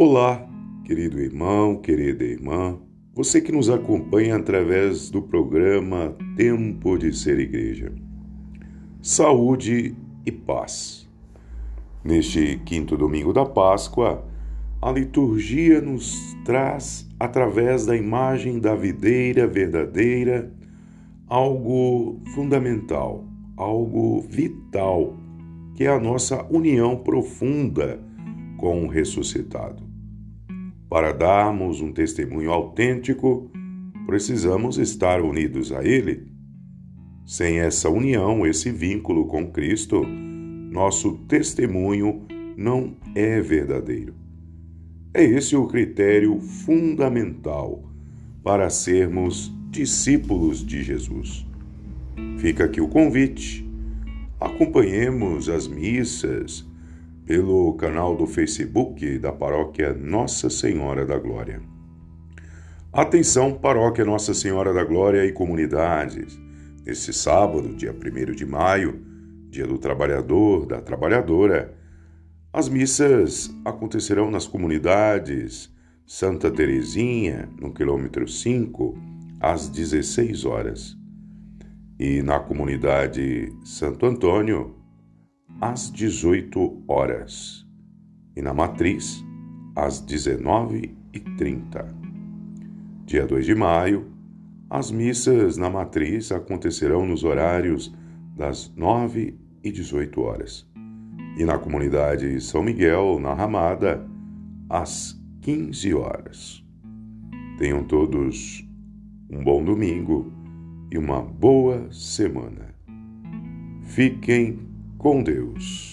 Olá, querido irmão, querida irmã, você que nos acompanha através do programa Tempo de Ser Igreja. Saúde e paz. Neste quinto domingo da Páscoa, a liturgia nos traz, através da imagem da videira verdadeira, algo fundamental, algo vital, que é a nossa união profunda com o ressuscitado. Para darmos um testemunho autêntico, precisamos estar unidos a Ele. Sem essa união, esse vínculo com Cristo, nosso testemunho não é verdadeiro. É esse o critério fundamental para sermos discípulos de Jesus. Fica aqui o convite. Acompanhemos as missas pelo canal do Facebook da Paróquia Nossa Senhora da Glória. Atenção, Paróquia Nossa Senhora da Glória e comunidades. Nesse sábado, dia 1º de maio, dia do trabalhador, da trabalhadora, as missas acontecerão nas comunidades Santa Terezinha, no quilômetro 5, às 16 horas. E na comunidade Santo Antônio, às 18 horas. E na Matriz, às 19h30. Dia 2 de maio, as missas na Matriz acontecerão nos horários das 9 e 18 horas. E na comunidade São Miguel, na Ramada, às 15 horas. Tenham todos um bom domingo e uma boa semana. Fiquem com Deus.